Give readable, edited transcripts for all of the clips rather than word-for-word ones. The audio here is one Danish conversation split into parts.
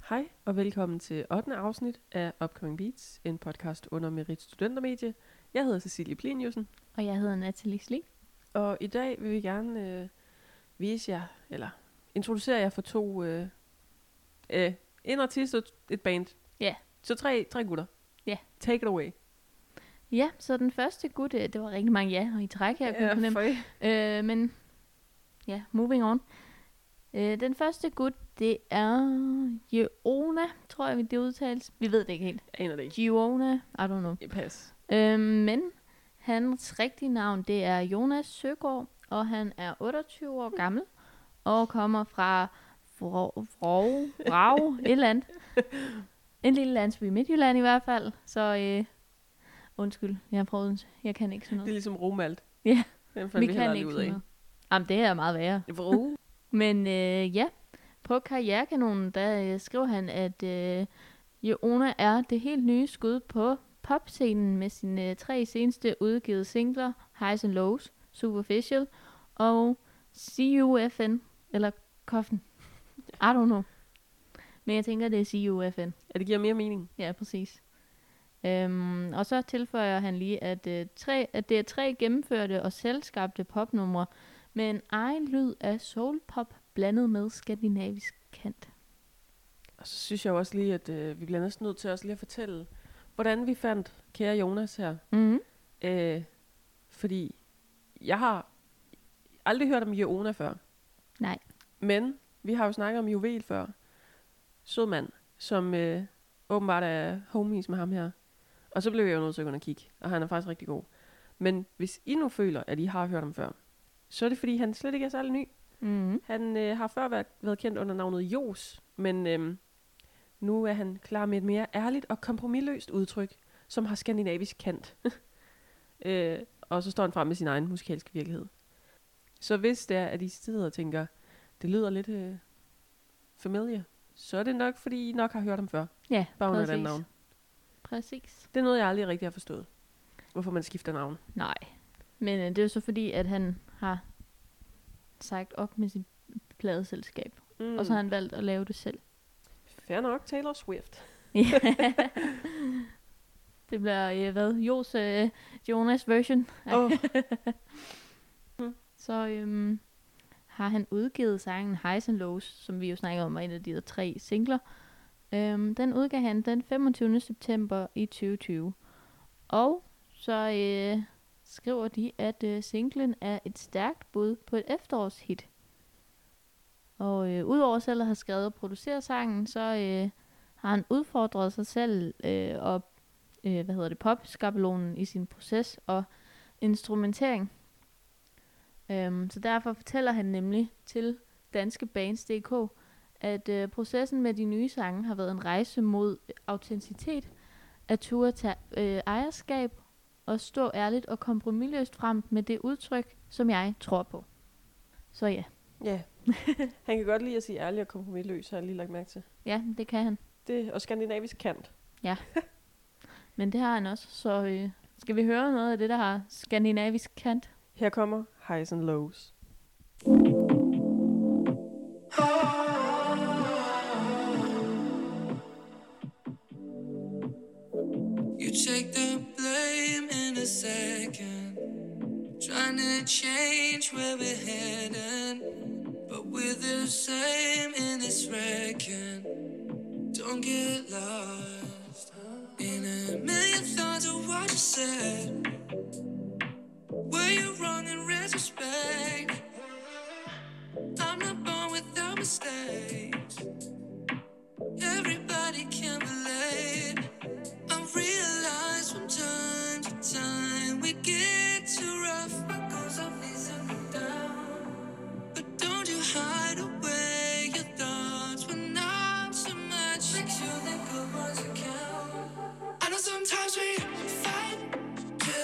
Hej og velkommen til 8. afsnit af Upcoming Beats, en podcast under Merit Studentermedie. Jeg hedder Cecilie Pliniussen. Og jeg hedder Natalie Slig. Og i dag vil vi gerne introducere jer for en artist og et band. Ja. Så tre gutter. Ja. Take it away. Ja, så den første gut, det var rigtig mange ja, og i træk her, kunne jeg fornemme. Men ja, moving on. Den første gut, det er Giona, tror jeg, det udtales. Vi ved det ikke helt. Jeg aner det ikke. Giona, I don't know. Pas. Men hans rigtige navn, det er Jonas Søgaard, og han er 28 år gammel, og kommer fra Vrag, et eller andet. En lille landsby i Midtjylland i hvert fald. Så undskyld, jeg kan ikke sådan noget. Det er ligesom Romalt. Ja, Den fandt vi kan heller ikke ud sådan af. noget. Jamen, det er meget værre. Vrag. Men ja, på Karrierekanonen, der skriver han, at Giona er det helt nye skud på popscenen med sine 3 seneste udgivet singler, Highs and Lows, Superficial og CUFN, eller Coffen. I don't know. Men jeg tænker, det er CUFN. Ja, det giver mere mening. Ja, præcis. Og så tilføjer han lige, at det er 3 gennemførte og selvskabte popnumre med en egen lyd af soulpop blandet med skandinavisk kant. Og så synes jeg jo også lige, at vi bliver næsten nødt til også lige at fortælle, hvordan vi fandt kære Jonas her. Mm-hmm. Fordi jeg har aldrig hørt om Giona før. Nej. Men vi har jo snakket om Juvel før. Sød mand, som åbenbart er homies med ham her. Og så blev jeg jo nødt til at gå ind og kigge. Og han er faktisk rigtig god. Men hvis I nu føler, at I har hørt ham før, så er det fordi, han slet ikke er særlig ny. Mm-hmm. Han har før været kendt under navnet Jos. Men nu er han klar med et mere ærligt og kompromisløst udtryk, som har skandinavisk kant. Og så står han frem med sin egen musikalske virkelighed. Så hvis det er, at I sidder og tænker, det lyder lidt familiar, så er det nok, fordi I nok har hørt ham før. Ja, bare under præcis. den navn. Præcis. Det er noget, jeg aldrig rigtig har forstået. Hvorfor man skifter navn. Nej. Men det er jo så fordi, at han har sagt op med sit pladeselskab. Og så har han valgt at lave det selv. Fair nok, Taylor Swift. Ja. Det bliver, Jonas version. Så har han udgivet sangen Highs and Lows, som vi jo snakkede om, var en af de der 3 singler. Den udgav han den 25. september i 2020. Og så skriver de, at singlen er et stærkt bud på et efterårshit. Og udover selv at have skrevet og produceret sangen, så har han udfordret sig selv og popskabelonen i sin proces og instrumentering. Så derfor fortæller han nemlig til danskebands.dk, at processen med de nye sange har været en rejse mod autenticitet, at turde tage ejerskab og stå ærligt og kompromisløst frem med det udtryk, som jeg tror på. Så ja. Ja. Han kan godt lide at sige ærlig og kompromisløs, har jeg lige lagt mærke til. Ja, det kan han. Det og skandinavisk kant. Ja. Men det har han også, så skal vi høre noget af det, der har skandinavisk kant? Her kommer Highs and Lows. You take the blame in a second, trying to change where we're heading, but we're the same in this reckoning. Don't get lost in a million thoughts of what you said. Were you wrong in retrospect? I'm not born without mistakes. Everybody can relate. I realize from time to time we get too rough. What goes up needs to go down. But don't you hide away your thoughts when not so much makes you think of what you count. I know sometimes we fight to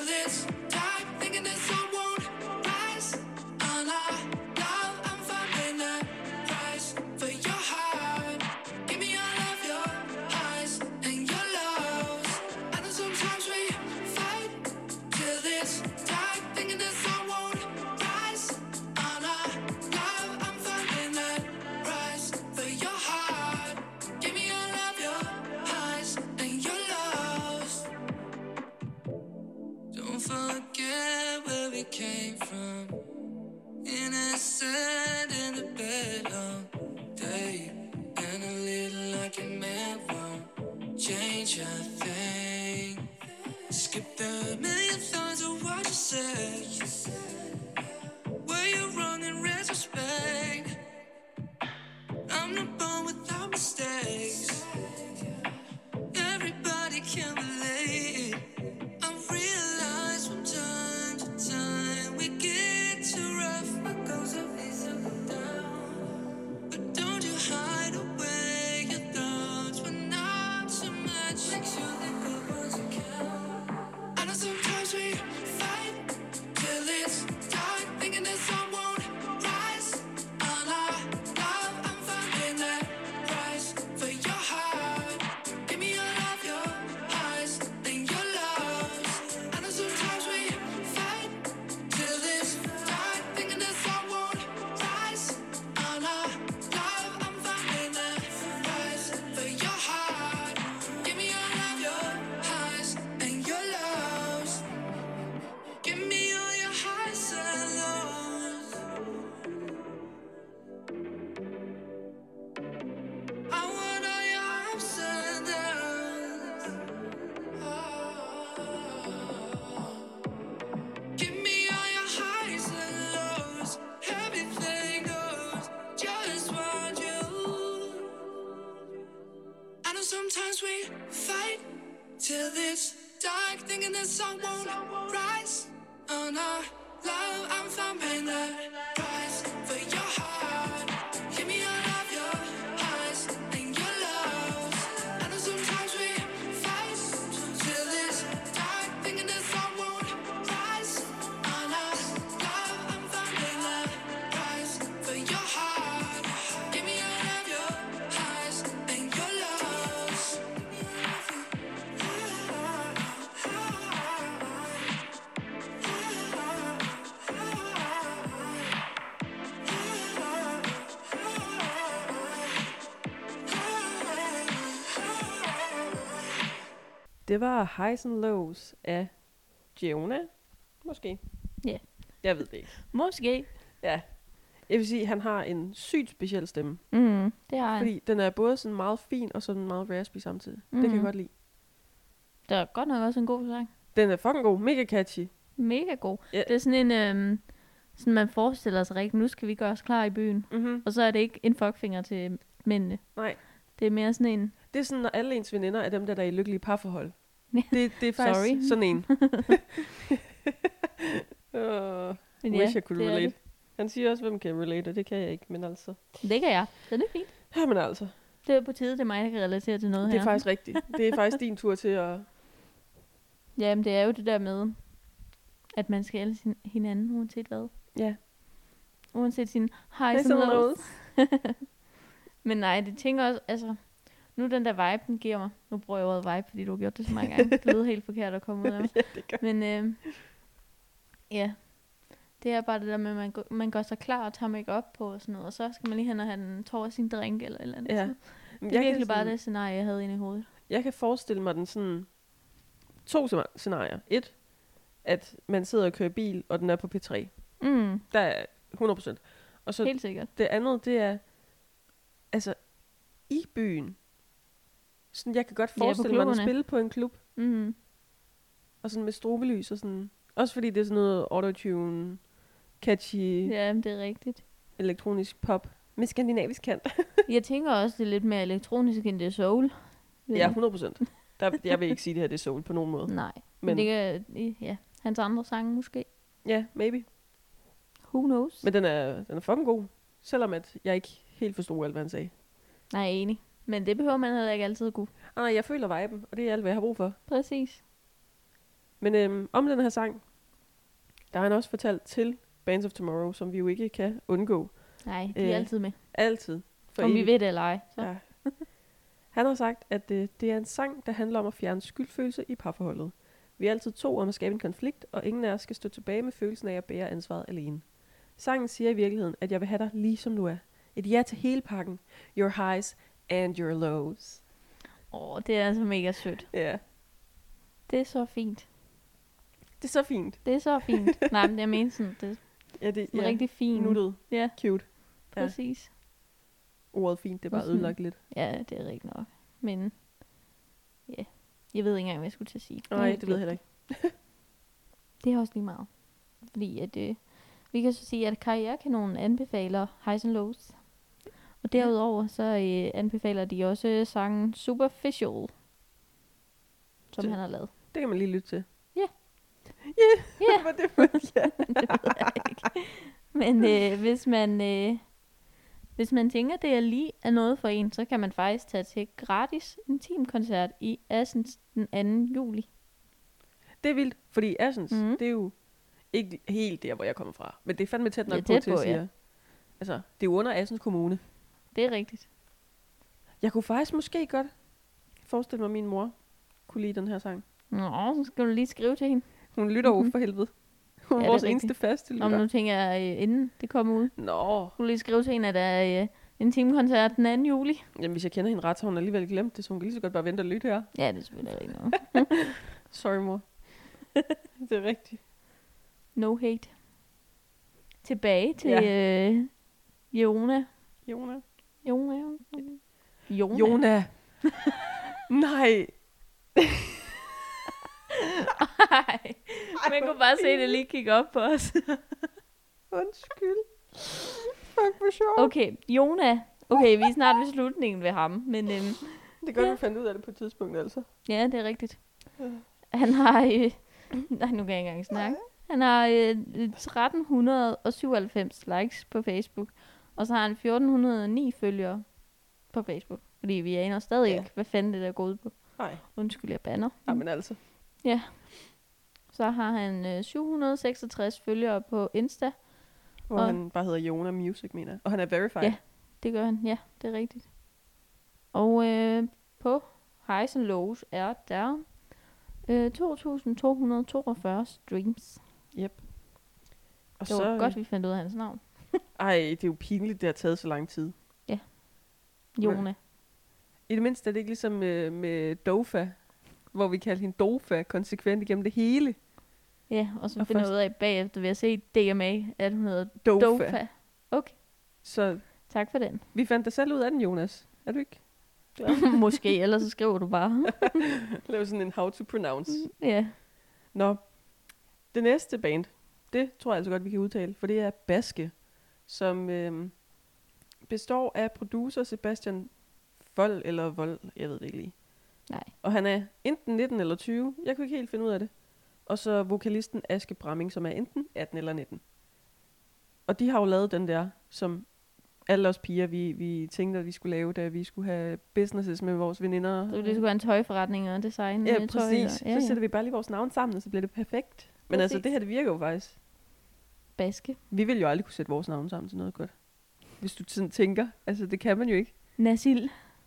vulnerable without mistakes. Everybody can relate. I realize from time to time we get too rough. What goes up needs to go down. But don't you hide away your thoughts when not so much. Make sure that good ones count. I know sometimes we fight till it's dark, thinking that someone rise on our love. I'm finding that price for your heart. Give me your love, your highs, and your lows. I know sometimes we fight till it's dark, thinking that someone rise on our love. I'm finding that price for your heart. Give me your love, your highs, and your lows. Give me all your highs and lows. I want all your ups and downs. Give me all your highs and lows. Everything goes, just want you. I know sometimes we fight till it's dark, thinking that sun won't rise on our love. I'm fine paying that price for your heart. Give me your love, your highs, and your lows. I know sometimes we fight till it's dark, thinking that sun won't rise on our love. I'm fine paying that price for your heart. Give me your love, your highs, and your lows. Det var Highs and Lows af Giona. Måske. Ja. Jeg ved det ikke. Måske. Ja. Jeg vil sige, at han har en sygt speciel stemme. Det har han. Fordi den er både sådan meget fin og sådan meget raspy samtidig. Det kan jeg godt lide. Det er godt nok også en god sang. Den er fucking god. Mega catchy. Mega god. Ja. Det er sådan en, sådan man forestiller sig rigtigt, nu skal vi gøre os klar i byen. Mm-hmm. Og så er det ikke en fuckfinger til mændene. Nej. Det er mere sådan en, Det er sådan, når alle ens veninder er dem, der er i lykkelige parforhold. Ja. Det er faktisk Sorry. sådan en. men Wish I could det er relate. Han siger også, hvem kan relate, og det kan jeg ikke, men altså. Det kan jeg. Så det er fint. Ja, men altså. Det er på tide, det er mig, der kan relatere til noget Det her. er faktisk rigtigt. Det er faktisk din tur til at... Jamen, det er jo det der med, at man skal elske hinanden, uanset hvad. Ja. Uanset sin highs and lows. Men nej, det tænker også, altså, nu den der vibe, den giver mig. Nu bruger jeg ordet vibe, fordi du har gjort det så mange gange. Det lyder helt forkert at komme ud af mig. Ja, det gør. Men ja, det er bare det der med, at man går sig klar og tager make-up på og sådan noget. Og så skal man lige hen og have en tår af sin drink eller et eller andet. Ja. Så det er virkelig bare det scenarie, jeg havde inde i hovedet. Jeg kan forestille mig den sådan... 2 scenarier. 1, at man sidder og kører bil, og den er på P3. Der er 100%. Og så Helt sikkert. det andet, det er... Altså, i byen. Sådan, jeg kan godt forestille mig at spille på en klub. Og sådan med strobelys og sådan. Også fordi det er sådan noget autotune, catchy, Ja, det er rigtigt. elektronisk pop med skandinavisk kant. Jeg tænker også, det er lidt mere elektronisk end det er soul. Ja, 100%. Jeg vil ikke sige, det her det er soul på nogen måde. Nej, men det kan, ja, hans andre sange måske. Ja, maybe. Who knows? Men den er fucking god. Selvom at jeg ikke helt forstod alt, hvad han sagde. Nej, enig. Men det behøver man heller ikke altid at kunne. Nej, jeg føler viben, og det er alt, hvad jeg har brug for. Præcis. Men om den her sang, der har han også fortalt til Bands of Tomorrow, som vi jo ikke kan undgå. Nej, de er altid med. Altid. Om vi ved det eller ej. Så. Ja. Han har sagt, at det er en sang, der handler om at fjerne skyldfølelse i parforholdet. Vi er altid 2 om at skabe en konflikt, og ingen af os skal stå tilbage med følelsen af at bære ansvaret alene. Sangen siger i virkeligheden, at jeg vil have dig lige som du er. Et ja til hele pakken. Your highs and your lows. Det er altså mega sødt. Ja. Det er så fint. Det er så fint. Det er så fint. Nej, men jeg mener sådan, det Ja, det er rigtig fint. Nuttet. Ja, Cute. præcis. Ordet fint, det er bare Sådan. ødelagt lidt. Ja, det er rigtigt nok. Men, ja, jeg ved ikke engang, hvad jeg skulle til at sige. Nej, det ved jeg heller ikke. Det er også lige meget. Fordi at, vi kan så sige, at Karrierekanonen anbefaler Highs and Lows. Og derudover så anbefaler de også sangen Superficial, som han har lavet. Det kan man lige lytte til. Ja. Ja, hvad det for ja. Det ved jeg ikke. Men hvis man tænker, det er lige er noget for en, så kan man faktisk tage til gratis intimkoncert i Assens den 2. juli. Det er vildt, fordi Assens, det er jo ikke helt der, hvor jeg kommer fra. Men det er fandme tæt nok Det er på tæt til at på, sige. ja. Altså, det er jo under Assens Kommune. Det er rigtigt. Jeg kunne faktisk måske godt forestille mig, at min mor kunne lide den her sang. Nå, så skal du lige skrive til hende. Hun lytter jo for helvede. Hun er Ja, det er vores rigtigt. eneste faste Om lytter. nu tænker jeg, inden det kommer ud. Nå. Du lige skrive til hende, at der er en timekoncert den 2. juli. Jamen, hvis jeg kender hende ret, så har hun alligevel glemt det, så hun kan lige så godt bare vente og lytte her. Ja, det er selvfølgelig rigtigt nok. Sorry, mor. Det er rigtigt. No hate. Tilbage til Jona. Jona. Jona. Nej. Ej, man kunne bare se det lige kigge op på os. Undskyld. Fuck, hvor sjovt. Okay, Jona. Okay, vi er snart ved slutningen ved ham. Men Det er godt, vi fandt ud af det på et tidspunkt, altså. ja, det er rigtigt. Han har... nej, nu kan jeg ikke engang snakke. Han har 1397 likes på Facebook. Og så har han 1409 følgere på Facebook. Fordi vi aner stadig ikke, hvad fanden det der går ud på. Nej. Undskyld, jeg banner. Jamen altså. Ja. Så har han 766 følgere på Insta. Hvor han bare hedder Jona Music, mener jeg. Og han er verified. Ja, det gør han. Ja, det er rigtigt. Og på Highs and Lows er der 2.242 streams. Yep. Og Det var godt, vi fandt ud af hans navn. Ej, det er jo pinligt, det har taget så lang tid. Jona. I det mindste er det ikke ligesom med Dofa, hvor vi kaldte hende Dofa konsekvent igennem det hele. Ja, og så Og finder jeg først- ud af bagefter ved at se DMA, at hun hedder Dofa. Dofa. Okay, Så tak for den. vi fandt det selv ud af den, Jonas. Er du ikke? Måske, ellers så skriver du bare. Lav sådan en how to pronounce. Ja. Nå, det næste band, det tror jeg altså godt, vi kan udtale, for det er Baske, som består af producer Sebastian Vold, jeg ved det ikke lige. Nej. Og han er enten 19 eller 20, jeg kunne ikke helt finde ud af det. Og så vokalisten Aske Bramming, som er enten 18 eller 19. Og de har jo lavet den der, som alle os piger, vi tænkte, at vi skulle lave, da vi skulle have businesses med vores veninder. Så det skulle være en tøjforretning og design. Ja, tøj, præcis. og, Så sætter vi bare lige vores navn sammen, og så bliver det perfekt. Men altså, Præcis. det her, det virker jo faktisk. Baske. Vi vil jo aldrig kunne sætte vores navn sammen til noget godt. Hvis du sådan tænker. Altså, det kan man jo ikke. Nasil.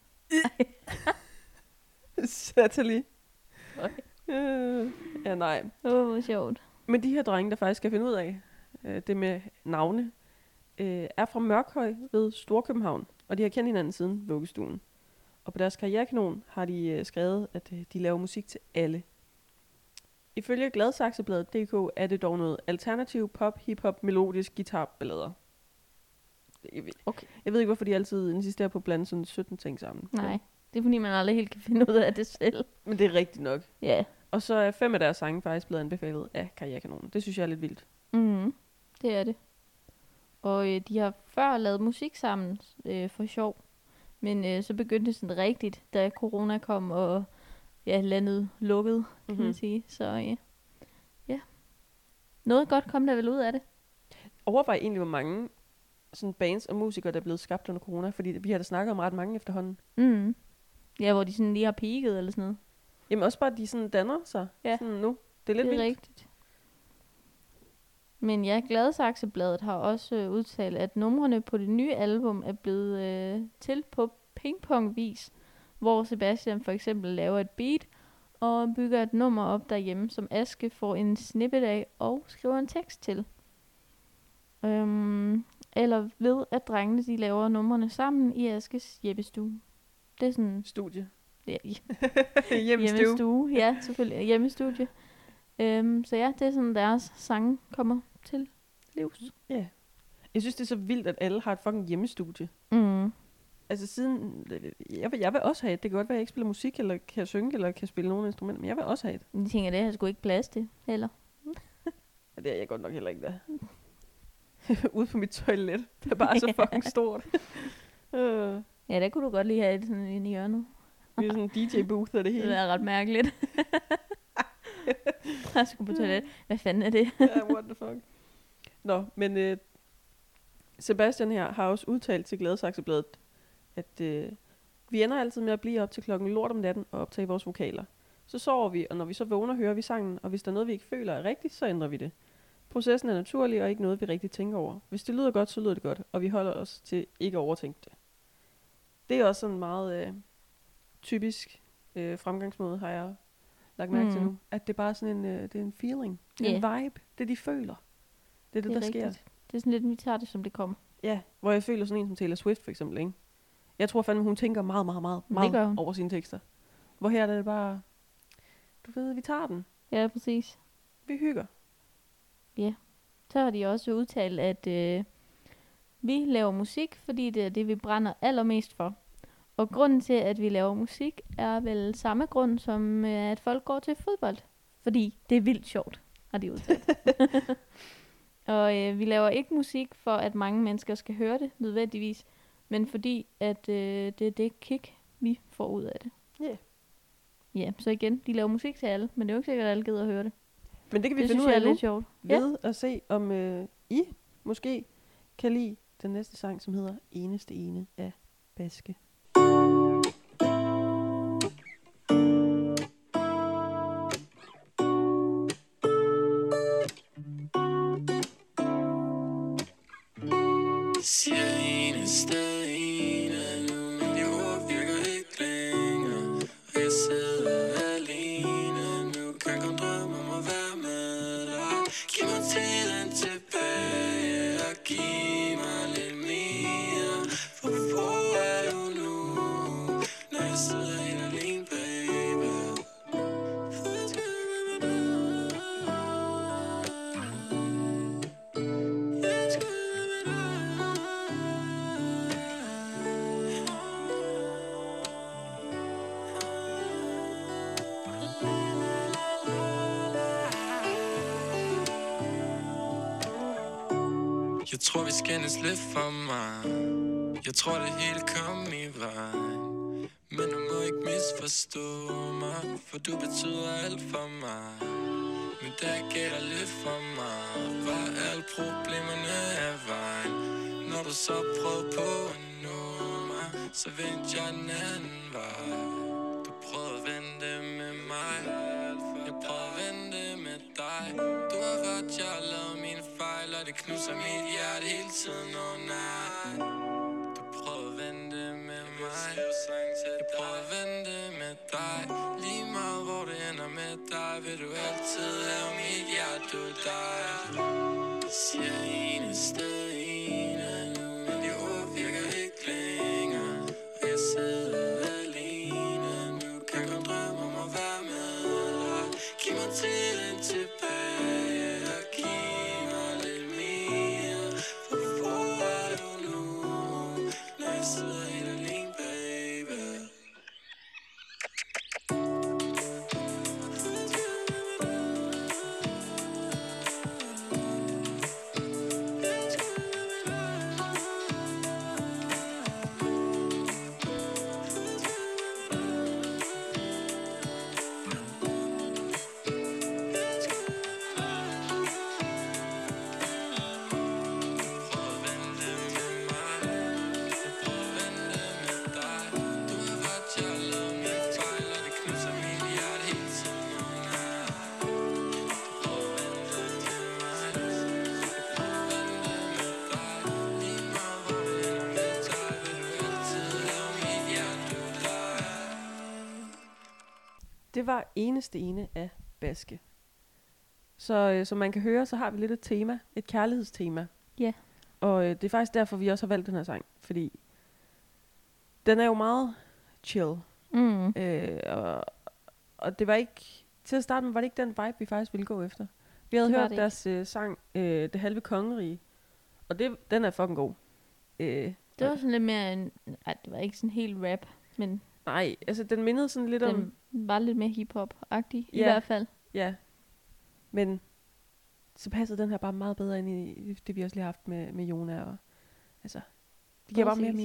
Satterlig. Okay. Ja, nej. Hvor sjovt. Men de her drenge, der faktisk skal finde ud af det med navne, er fra Mørkhøj ved Storkøbenhavn. Og de har kendt hinanden siden vuggestuen. Og på deres karrierekanon har de skrevet, at de laver musik til alle. Ifølge Gladsaxebladet.dk er det dog noget alternativ pop, hiphop, melodisk guitarballader. Okay. Jeg ved ikke, hvorfor de altid insisterer på at blande sådan 17 ting sammen. Nej, det er fordi, man aldrig helt kan finde ud af det selv. Men det er rigtigt nok. Ja. Og så er 5 af deres sange faktisk blevet anbefalet af karrierekanonen. Det synes jeg er lidt vildt. Det er det. Og de har før lavet musik sammen for sjov. Men så begyndte det sådan rigtigt, da corona kom, og landet lukkede, kan man sige. Så ja. Noget godt kom der vel ud af det. Overvej egentlig, hvor mange sådan bands og musikere, der er blevet skabt under corona. Fordi vi har da snakket om ret mange efterhånden. Ja, hvor de sådan lige har peaked eller sådan noget. Jamen også bare, at de sådan danner sig sådan nu. Det er lidt Det er vildt. rigtigt. Men ja, Gladsaxebladet har også udtalt, at numrene på det nye album er blevet til på pingpongvis, hvor Sebastian for eksempel laver et beat og bygger et nummer op derhjemme, som Aske får en snippet af og skriver en tekst til. Eller ved, at drengene de laver numrene sammen i Askes hjemmestue. Det er sådan... Studie. Ja, Hjemmestue. Ja, selvfølgelig. Hjemmestudie. Så ja, det er sådan, deres sange kommer til livs. Ja. Jeg synes, det er så vildt, at alle har et fucking hjemmestudie. Altså siden... Jeg vil også have et. Det kan godt være, at jeg ikke spiller musik, eller kan synge, eller kan spille nogen instrumenter, men jeg vil også have et. De tænker, det har sgu ikke plads til, heller. Og det er jeg godt nok heller ikke der. Ude på mit toilet. Det er bare så fucking stort. Ja, der kunne du godt lige have det sådan inde i hjørnet. Det er sådan en DJ-booth af det Det hele. er ret mærkeligt. Jeg skulle på toilet. Hvad fanden er det? Ja, what the fuck. Nå, men Sebastian her har også udtalt til Gladsaxebladet, at vi ender altid med at blive op til klokken lort om natten og optage vores vokaler. Så sover vi, og når vi så vågner, hører vi sangen, og hvis der er noget, vi ikke føler er rigtigt, så ændrer vi det. Processen er naturlig og ikke noget, vi rigtig tænker over. Hvis det lyder godt, så lyder det godt, og vi holder os til ikke at overtænke det. Det er også sådan en meget typisk fremgangsmåde, har jeg lagt mærke til nu. At det er bare sådan det er en feeling. Det er en vibe. Det de føler. Det er det, der sker. Det er sådan lidt, vi tager det, som det kommer. Ja, hvor jeg føler sådan en som Taylor Swift for eksempel, ikke? Jeg tror fandme, hun tænker meget over sine tekster. Hvor her er det bare, du ved, vi tager den. Ja, præcis. Vi hygger. Ja. Så har de også udtalt, at vi laver musik, fordi det er det, vi brænder allermest for. Og grunden til, at vi laver musik, er vel samme grund, som at folk går til fodbold. Fordi det er vildt sjovt, har de udtalt. Og vi laver ikke musik for, at mange mennesker skal høre det, nødvendigvis. Men fordi, at det er det kick, vi får ud af det. Ja. Yeah. Ja, så igen, de laver musik til alle, men det er jo ikke sikkert, at alle gider at høre det. Men det kan vi det finde ud af lidt sjovt. Ved at se, om I måske kan lide den næste sang, som hedder Eneste Ene af Baske. Jeg tror vi skændes lidt for mig. Jeg tror det hele kom i vejen. Men du må ikke misforstå mig, for du betyder alt for mig. Men der gælder lidt for mig, var alle problemerne af vejen. Når du så prøvede på at nå mig, så vendte jeg den anden vej. Du prøvede at vente med mig, jeg prøvede at vente med dig. Du har ret, jeg har lavet mine fejl, og det knuser mit hjerte hele tiden, nej. Du prøvede at vente med mig, jeg prøvede at vente med dig. Lige meget hvor det ender med dig, vil du altid have mit hjerte, du er dig. Jeg siger eneste ene nu, men de ord virker ikke længere. Og jeg sidder alene nu, kan kun drømme om at være med dig. Giv mig tiden tilbage og giv mig lidt mere. For hvor er du nu, når jeg sidder helt alene, baby? Det var Eneste Ene af Baske. Så som man kan høre, så har vi lidt et tema, et kærlighedstema. Ja. Yeah. Og det er faktisk derfor, vi også har valgt den her sang, fordi den er jo meget chill. Mm. Og det var ikke, til at starte med, var det ikke den vibe, vi faktisk ville gå efter. Vi havde hørt deres sang, Det Halve Kongerige, og den er fucking god. Det var sådan lidt mere en, det var ikke sådan helt rap, men nej, altså den mindede sådan lidt om... Den var lidt mere hiphop-agtig, i hvert fald. Ja, men så passede den her bare meget bedre ind i det, vi også lige har haft med Jona. Og, altså, det giver bare mere mening.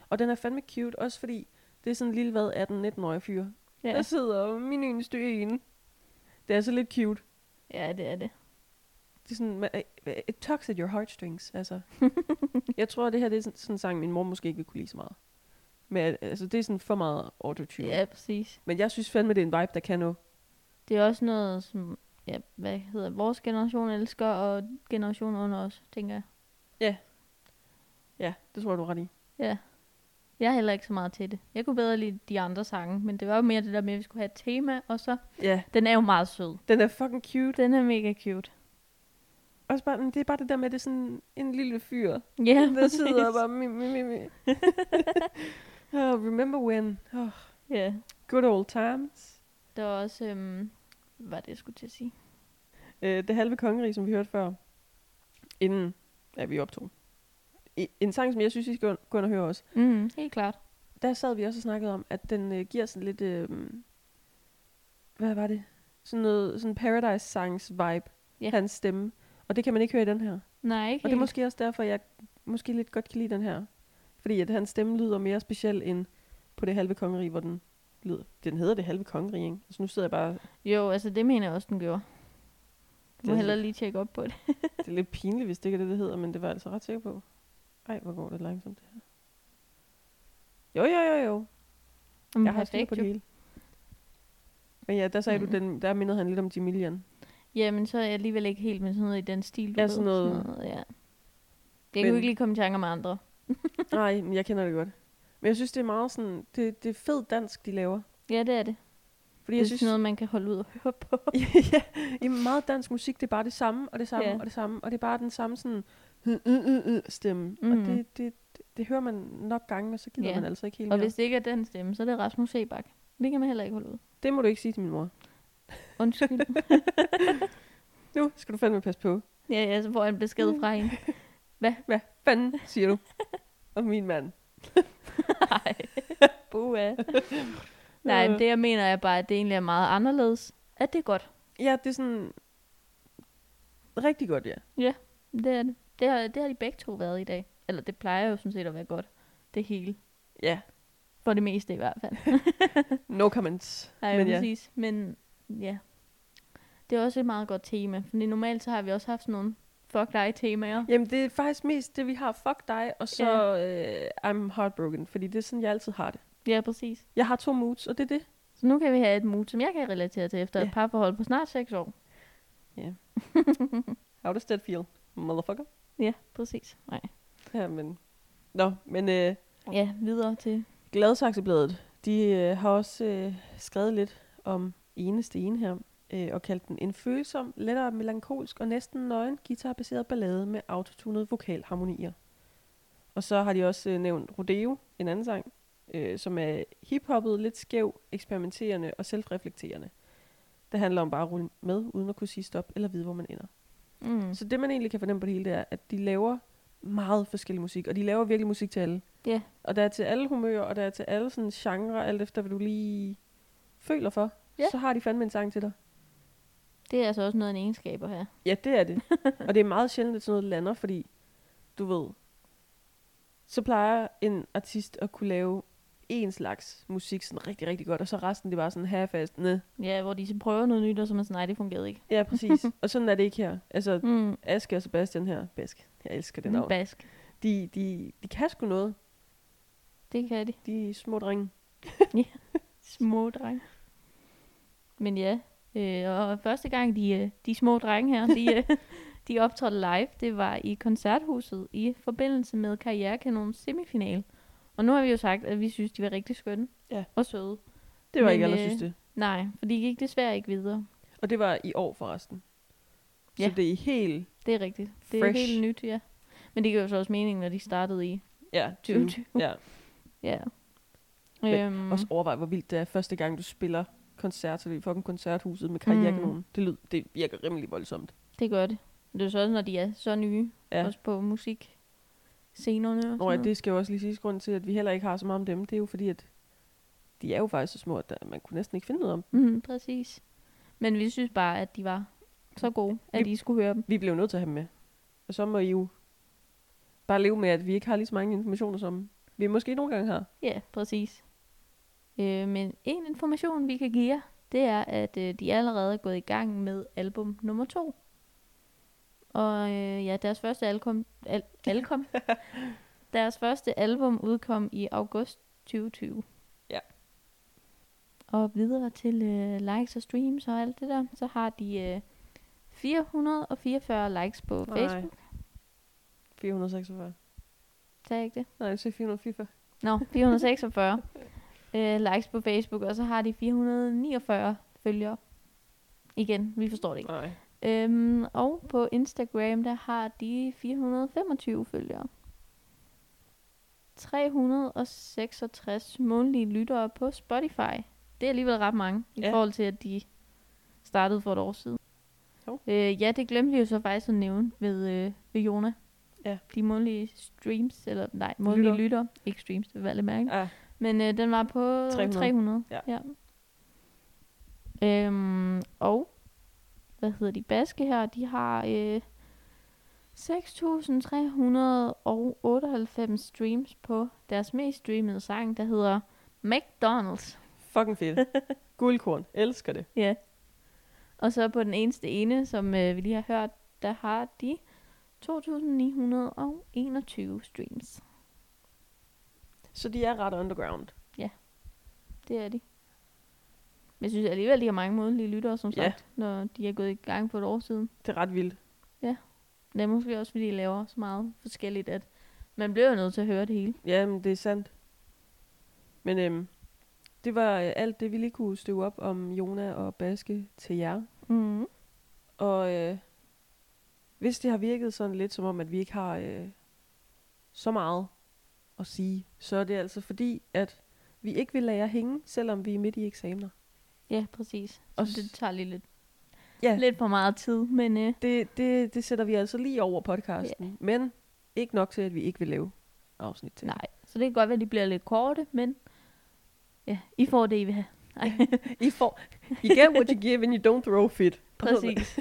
Og den er fandme cute, også fordi det er sådan en lille, 18-19-årig fyr. Ja. Der sidder min yndste en. Det er så lidt cute. Ja, det er det. Det er sådan, it tugs at your heartstrings, altså. Jeg tror, det her det er sådan en sang, min mor måske ikke vil kunne lide så meget. Men altså, det er sådan for meget autotune. Ja, præcis. Men jeg synes fandme, det er en vibe, der kan nå. Det er også noget, som vores generation elsker, og generationen under os, tænker jeg. Ja, det tror jeg, du er ret i. Ja. Jeg er heller ikke så meget til det. Jeg kunne bedre lide de andre sange, men det var jo mere det der med, at vi skulle have et tema, og så... Ja, Den er jo meget sød. den er fucking cute. Den er mega cute. Også bare, det er bare det der med, det er sådan en lille fyr, Ja, der sidder og bare mi. Remember when? Ja. Good old times. Der var også... hvad det, jeg skulle til at sige? Det halve kongerige, som vi hørte før, inden vi optog. En sang, som jeg synes, I skal gå ind og høre også. Helt klart. Der sad vi også og snakkede om, at den giver sådan lidt... hvad var det? Sådan Paradise Songs vibe. Ja. Hans stemme. Og det kan man ikke høre i den her. Nej, ikke Og det er helt. måske også derfor, jeg måske lidt godt kan lide den her. Fordi at hans stemme lyder mere speciel end på det halve kongerige, hvor den lyder. Den hedder det halve kongerige, ikke? Så nu sidder jeg bare... Jo, altså det mener jeg også, den gjorde. Du må Det er hellere lige tjekke op på det. Det er lidt pinligt, hvis det ikke er det hedder, men det var jeg altså ret sikker på. Ej, hvor går det langsomt det her. Jo. Jeg har styr på det hele. Men ja, der sagde du, der mindede han lidt om Jamilian. Jamen, så er jeg alligevel ikke helt med sådan noget i den stil, du Ja, ved. sådan noget. Ja. Jeg kunne ikke lige komme i tanke med andre. Nej, men jeg kender det godt. Men jeg synes, det er meget sådan... Det er fed dansk, de laver. Ja, det er det. Fordi Det er jeg synes... sådan noget, man kan holde ud og høre på. ja, meget dansk musik, det er bare det samme, og det samme, Ja. og det samme. Og det er bare den samme sådan... stemme. Og det hører man nok gange, og så gider man altså ikke helt Og mere. hvis det ikke er den stemme, så er det Rasmus Sebak. Det kan man heller ikke holde ud. Det må du ikke sige til min mor. Undskyld. Nu skal du fandme passe på. ja, så får jeg en besked fra hende. Hvad fanden siger du om min mand? Nej. Buha. Nej, men det jeg mener er bare, at det egentlig er meget anderledes. At det er godt. Ja, det er sådan... Rigtig godt, ja. Det er det. Det har de begge to været i dag. Eller det plejer jo sådan set at være godt. Det hele. Ja, For det meste i hvert fald. no comments. Nej, Men ja. præcis. Men ja. Det er også et meget godt tema. Fordi normalt så har vi også haft sådan nogle fuck dig temaer. Jamen, det er faktisk mest det, vi har. Fuck dig, og så I'm heartbroken. Fordi det er sådan, jeg altid har det. Ja, præcis. Jeg har 2 moods, og det er det. Så nu kan vi have et mood, som jeg kan relatere til efter Ja. et parforhold på snart 6 år. How does that feel, motherfucker? Ja, præcis. Nej. Ja, men... Nå, men Ja, videre til... Gladsaxebladet, de har også skrevet lidt om eneste ene her, og kaldt den en følsom, lettere melankolsk og næsten nøgen guitarbaseret ballade med autotunede vokalharmonier. Og så har de også nævnt Rodeo, en anden sang, som er hiphoppet, lidt skæv, eksperimenterende og selvreflekterende. Det handler om bare at rulle med, uden at kunne sige stop eller vide, hvor man ender. Så det man egentlig kan fornemme på det hele, det er, at de laver meget forskellig musik, og de laver virkelig musik til alle. Ja. Og der er til alle humører, og der er til alle sådan genrer, alt efter hvad du lige føler for. Ja. Så har de fandme en sang til dig. Det er altså også noget af en egenskab at have. Ja, det er det. Og det er meget sjældent, at sådan noget lander, fordi du ved, så plejer en artist at kunne lave en slags musik sådan rigtig, rigtig godt, og så resten det er bare sådan half-assed. Næh. Ja, hvor de så prøver noget nyt, og så er man sådan, nej, det fungerede ikke. Ja, præcis. Og sådan er det ikke her. Altså, Aske og Sebastian her, Bask, jeg elsker det navn. Bask. De kan sgu noget. Det kan de. De er små drenge. Små drenge. Men ja, og første gang de små drenge her, de optrådte live, det var i Koncerthuset i forbindelse med Karrierekanonens semifinal. Og nu har vi jo sagt, at vi synes, de var rigtig skønne og søde. Det var Men, ikke alle, der synes det. Nej, for de gik desværre ikke videre. Og det var i år forresten. Ja. Så det er helt... Det er rigtigt. Det er Fresh. helt nyt, ja. Men det giver jo så også mening, når de startede i Ja, 2020. Ja. Ja. Men også overvej, hvor vildt det er første gang, du spiller koncert, i fucking Koncerthuset med Karrierekanonen. Det virker rimelig voldsomt. Det gør det. Det er jo så også, når de er så nye. Ja. Også på musikscenerne. Og Nå ja, sådan det skal jo også lige sige grund til, at vi heller ikke har så meget om dem. Det er jo fordi, at de er jo faktisk så små, at man kunne næsten ikke finde noget om dem. præcis. Men vi synes bare, at de var så gode, at I skulle høre dem. Vi blev nødt til at have dem med. Og så må I jo bare leve med, at vi ikke har lige så mange informationer som vi måske nogle gange har. Ja, præcis. Men en information, vi kan give jer, det er, at de allerede er gået i gang med album nummer 2. Og ja, deres første deres første album udkom i august 2020. Ja. Og videre til likes og streams og alt det der, så har de 444 likes på Facebook. 446. Sagde jeg ikke det? Nej, jeg siger 444. Nå, 446 likes på Facebook, og så har de 449 følgere. Igen, vi forstår det ikke. Nej. Og på Instagram, der har de 425 følgere. 366 månedlige lyttere på Spotify. Det er alligevel ret mange, i forhold til, at de startede for et år siden. Ja, det glemte vi jo så faktisk at nævne ved Jona. Ja. De månedlige streams, eller nej, månedlige lyttere. Ikke streams, det var lidt mærkeligt. Ja. Men den var på 300. Ja. Og hvad hedder de baske her? De har 6.398 streams på deres mest streamede sang, der hedder McDonald's. Fucking fedt. Guldkorn. Elsker det. Ja. Og så på den ene, som vi lige har hørt, der har de 2.921 streams. Så de er ret underground. Det er de. Men jeg synes alligevel, de har mange månedlige lyttere, som sagt, når de er gået i gang for et år siden. Det er ret vildt. Det er måske også, fordi de laver så meget forskelligt, at man bliver jo nødt til at høre det hele. Ja, men det er sandt. Men det var alt det, vi lige kunne støve op om Jona og Baske til jer. Mm. Og hvis det har virket sådan lidt som om, at vi ikke har så meget at sige, så er det altså fordi, at vi ikke vil lade jer hænge, selvom vi er midt i eksamener. Ja, præcis. Og Så det tager lige Ja. lidt for meget tid, men Det sætter vi altså lige over podcasten. Men ikke nok til, at vi ikke vil lave afsnit til. nej. Så det kan godt være, at de bliver lidt korte, men ja, I får det, I vil have. Nej. You get what you give, and you don't throw fit. Præcis.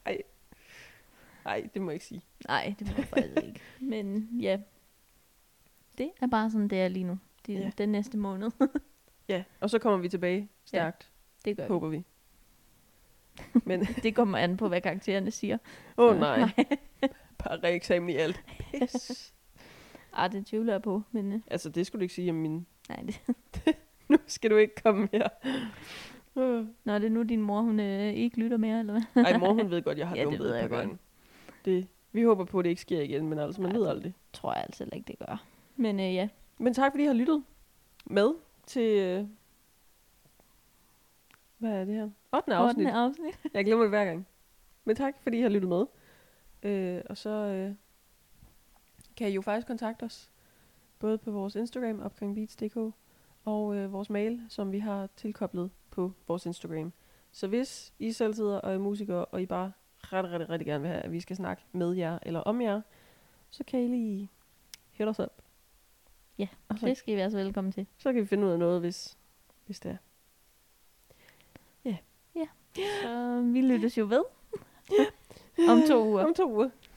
Nej, det må jeg ikke sige. Nej, det må jeg faktisk ikke. Men ja, det er bare sådan, det er lige nu. Det er den næste måned. Ja, og så kommer vi tilbage stærkt, Det gør vi. håber vi. Men Det kommer an på, hvad karaktererne siger. nej. Bare reeksamen i alt. Pis. Det tvivler jeg på, men Altså, det skulle du ikke sige om min... nej. Nu skal du ikke komme her. Nå, det er nu din mor, hun ikke lytter mere, eller hvad? Ej, mor, hun ved godt, jeg har Ja, det dumpet ved et par jeg godt. gange. Vi håber på, at det ikke sker igen, men altså, man ved aldrig. Tror jeg altså ikke, det gør. Men ja. Men tak, fordi I har lyttet med til... hvad er det her? 8. afsnit. 8. afsnit. Jeg glemmer det hver gang. Men tak, fordi I har lyttet med. Og så kan I jo faktisk kontakte os. Både på vores Instagram, upcomingbeats.dk, og vores mail, som vi har tilkoblet på vores Instagram. Så hvis I selv sidder og er musikere, og I bare rigtig gerne vil have, at vi skal snakke med jer eller om jer, så kan I lige hit os op. Ja, og det skal I være så velkommen til. så kan vi finde ud af noget, hvis det er. Så vi lyttes jo ved. Om 2 uger. Om 2 uger.